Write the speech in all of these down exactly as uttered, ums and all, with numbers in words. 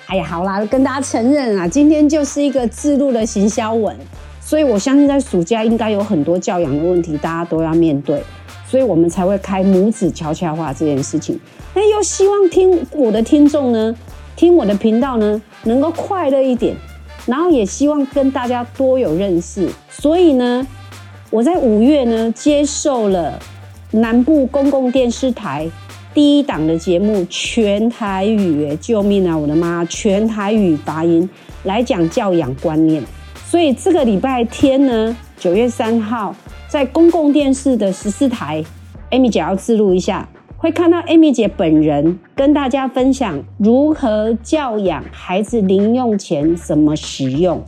哎呀，好啦，跟大家承认啊，今天就是一个自录的行销文，所以我相信在暑假应该有很多教养的问题，大家都要面对，所以我们才会开母子悄悄话这件事情。那又希望听我的听众呢，听我的频道呢，能够快乐一点，然后也希望跟大家多有认识。所以呢，我在五月呢接受了南部公共电视台第一档的节目全台语，耶，救命啊，我的妈，全台语发音来讲教养观念。所以这个礼拜天呢，九月三号，在公共电视的十四台 Amy 姐要自录一下，会看到 Amy 姐本人跟大家分享如何教养孩子零用钱怎么使用。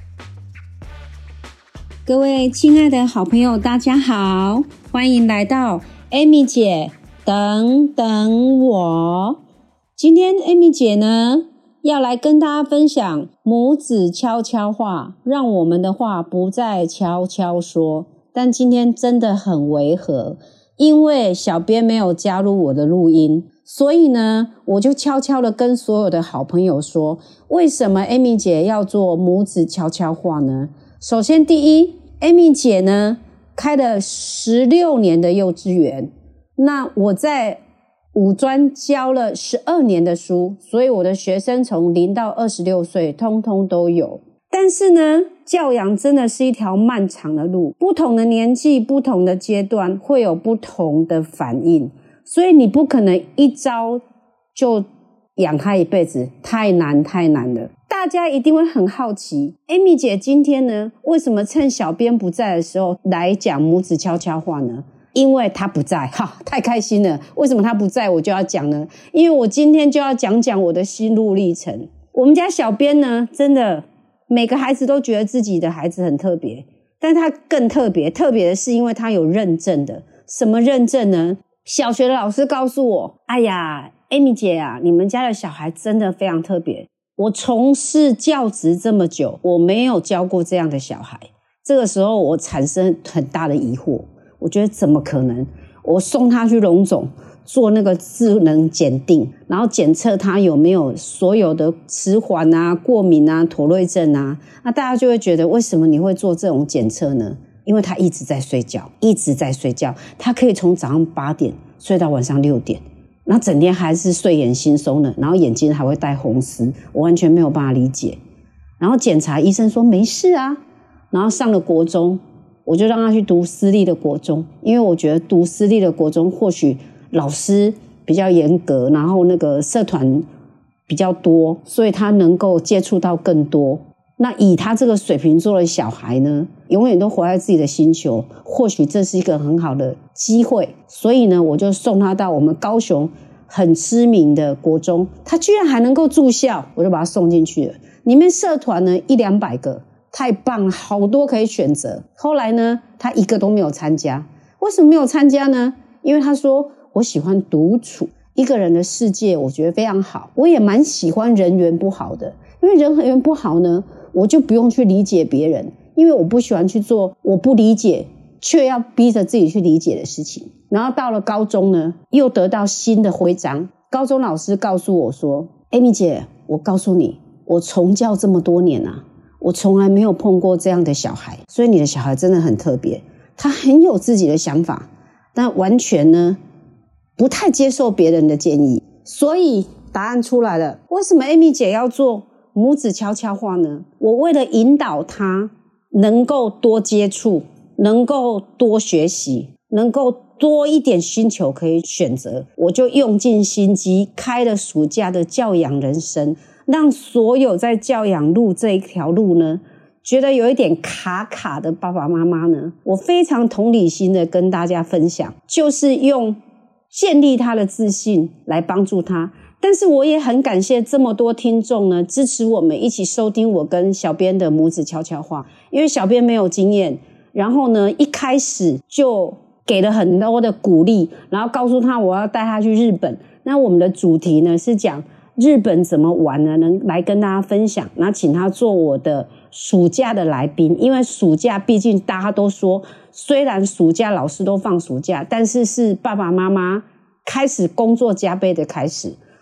各位亲爱的好朋友，大家好，欢迎来到 Amy 姐等等我。今天 Amy 姐呢要来跟大家分享母子悄悄话，让我们的话不再悄悄说。但今天真的很违和，因为小编没有加入我的录音，所以呢我就悄悄的跟所有的好朋友说，为什么 Amy 姐要做母子悄悄话呢？首先第一， Amy 姐呢开了十六年的幼稚园，那我在五专教了十二年的书，所以我的学生从零到二十六岁通通都有。但是呢，教养真的是一条漫长的路，不同的年纪不同的阶段会有不同的反应，所以你不可能一招就养他一辈子，太难太难了。大家一定会很好奇 Amy 姐今天呢为什么趁小编不在的时候来讲母子悄悄话呢？因为他不在，哈，太开心了。为什么他不在我就要讲呢？因为我今天就要讲讲我的心路历程。我们家小编呢，真的每个孩子都觉得自己的孩子很特别，但他更特别，特别的是因为他有认证的。什么认证呢？小学的老师告诉我，哎呀 Amy 姐啊，你们家的小孩真的非常特别，我从事教职这么久，我没有教过这样的小孩。这个时候我产生很大的疑惑，我觉得怎么可能？我送他去荣总做那个智能检定，然后检测他有没有所有的迟缓啊、过敏啊、妥瑞症啊。那大家就会觉得，为什么你会做这种检测呢？因为他一直在睡觉，一直在睡觉，他可以从早上八点睡到晚上六点，然后整天还是睡眼惺忪的，然后眼睛还会带红丝，我完全没有办法理解。然后检查，医生说没事啊，然后上了国中，我就让他去读私立的国中，因为我觉得读私立的国中或许老师比较严格，然后那个社团比较多，所以他能够接触到更多。那以他这个水瓶座的小孩呢，永远都活在自己的星球，或许这是一个很好的机会。所以呢，我就送他到我们高雄很知名的国中，他居然还能够住校，我就把他送进去了。里面社团呢一两百个，太棒了，好多可以选择。后来呢，他一个都没有参加。为什么没有参加呢？因为他说我喜欢独处，一个人的世界我觉得非常好。我也蛮喜欢人缘不好的，因为人缘不好呢，我就不用去理解别人，因为我不喜欢去做我不理解却要逼着自己去理解的事情。然后到了高中呢，又得到新的徽章。高中老师告诉我说， Amy 姐，我告诉你，我从教这么多年啊，我从来没有碰过这样的小孩，所以你的小孩真的很特别，他很有自己的想法，但完全呢不太接受别人的建议。所以答案出来了，为什么 Amy 姐要做母子悄悄话呢？我为了引导他能够多接触，能够多学习，能够多一点星球可以选择，我就用尽心机开了暑假的教养人生，让所有在教养路这一条路呢觉得有一点卡卡的爸爸妈妈呢，我非常同理心的跟大家分享，就是用建立他的自信来帮助他。但是我也很感谢这么多听众呢支持我们一起收听我跟小编的母子悄悄话，因为小编没有经验，然后呢一开始就给了很多的鼓励，然后告诉他我要带他去日本。那我们的主题呢是讲日本怎么玩呢，能来跟大家分享，然后请他做我的暑假的来宾。因为暑假毕竟大家都说，虽然暑假老师都放暑假，但是是爸爸妈妈开始工作加倍的开始，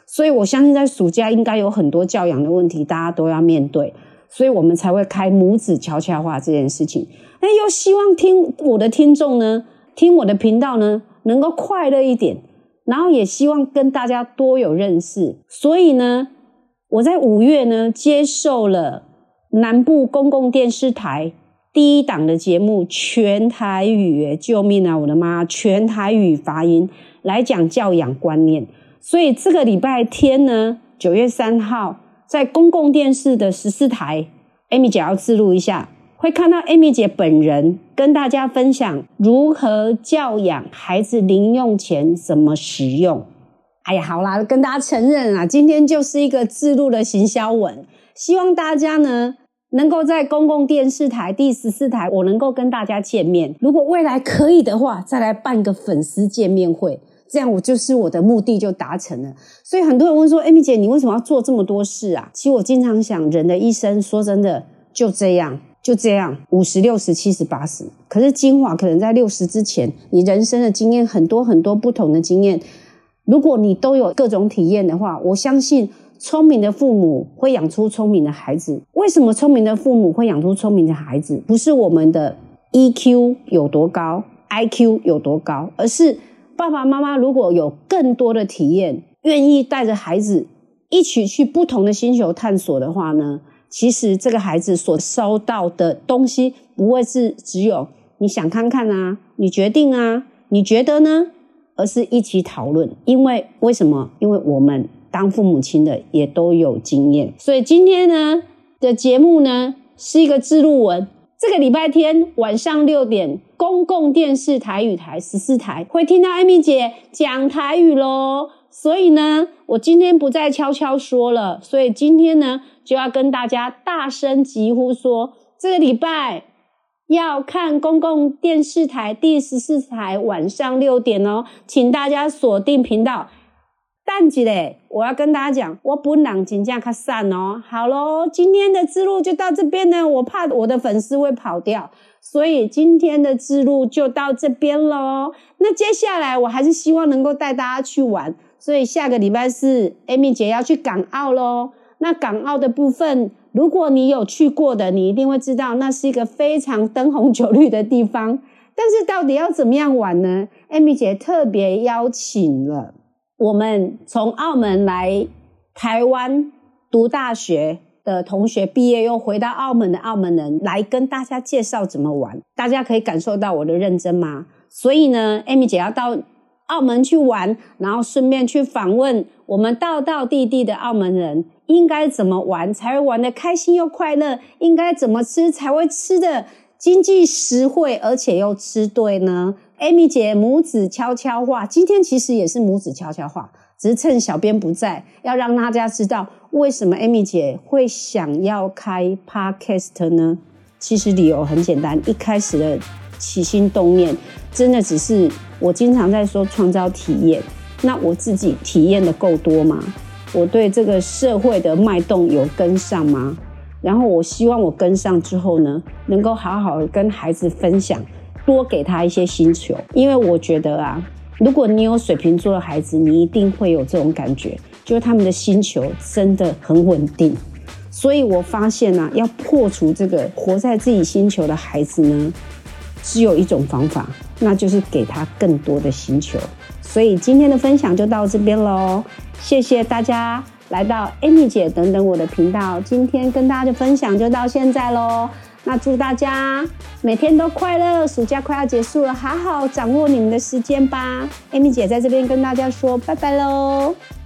所以我相信在暑假应该有很多教养的问题大家都要面对，所以我们才会开母子悄悄话这件事情。那又希望听我的听众呢，听我的频道呢能够快乐一点，然后也希望跟大家多有认识。所以呢，我在五月呢接受了南部公共电视台第一档的节目全台语，救命啊我的妈，全台语发音来讲教养观念。所以这个礼拜天呢，九月三号在公共电视的十四台 Amy 姐要自录一下，会看到 Amy 姐本人跟大家分享如何教养孩子零用钱怎么使用。哎呀，好啦，跟大家承认啊，今天就是一个自录的行销文，希望大家呢能够在公共电视台第十四台我能够跟大家见面，如果未来可以的话再来办个粉丝见面会，这样我就是我的目的就达成了。所以很多人问说 Amy 姐你为什么要做这么多事啊？其实我经常想，人的一生说真的就这样就这样五十、六十、七十、八十，可是精华可能在六十之前，你人生的经验很多很多不同的经验，如果你都有各种体验的话，我相信聪明的父母会养出聪明的孩子。为什么聪明的父母会养出聪明的孩子？不是我们的 E Q 有多高 I Q 有多高，而是爸爸妈妈如果有更多的体验，愿意带着孩子一起去不同的星球探索的话呢，其实这个孩子所收到的东西不会是只有你想看看啊，你决定啊，你觉得呢，而是一起讨论。因为为什么？因为我们当父母亲的也都有经验，所以今天呢的节目呢是一个自录文。这个礼拜天晚上六点，公共电视台语台十四台会听到 Amy 姐讲台语咯。所以呢，我今天不再悄悄说了，所以今天呢就要跟大家大声疾呼说，这个礼拜要看公共电视台第十四台晚上六点哦，请大家锁定频道。等一下，我要跟大家讲，我本人真的较散哦。好咯，今天的自录就到这边呢，我怕我的粉丝会跑掉，所以今天的自录就到这边咯。那接下来我还是希望能够带大家去玩，所以下个礼拜四 Amy 姐要去港澳咯。那港澳的部分，如果你有去过的，你一定会知道那是一个非常灯红酒绿的地方。但是到底要怎么样玩呢？ Amy 姐特别邀请了我们从澳门来台湾读大学的同学，毕业又回到澳门的澳门人，来跟大家介绍怎么玩。大家可以感受到我的认真吗？所以呢 Amy 姐要到澳门去玩，然后顺便去访问我们道道地地的澳门人，应该怎么玩才会玩得开心又快乐，应该怎么吃才会吃得经济实惠而且又吃对呢？ Amy 姐母子悄悄话，今天其实也是母子悄悄话，只是趁小编不在，要让大家知道为什么 Amy 姐会想要开 Podcast 呢？其实理由很简单，一开始的起心动念真的只是我经常在说创造体验，那我自己体验的够多吗？我对这个社会的脉动有跟上吗？然后我希望我跟上之后呢，能够好好跟孩子分享，多给他一些星球。因为我觉得啊，如果你有水瓶座的孩子，你一定会有这种感觉，就是他们的星球真的很稳定。所以我发现啊，要破除这个活在自己星球的孩子呢，只有一种方法，那就是给他更多的星球。所以今天的分享就到这边咯，谢谢大家来到 Amy 姐等等我的频道，今天跟大家的分享就到现在咯。那祝大家每天都快乐，暑假快要结束了，好好掌握你们的时间吧。Amy 姐在这边跟大家说拜拜咯。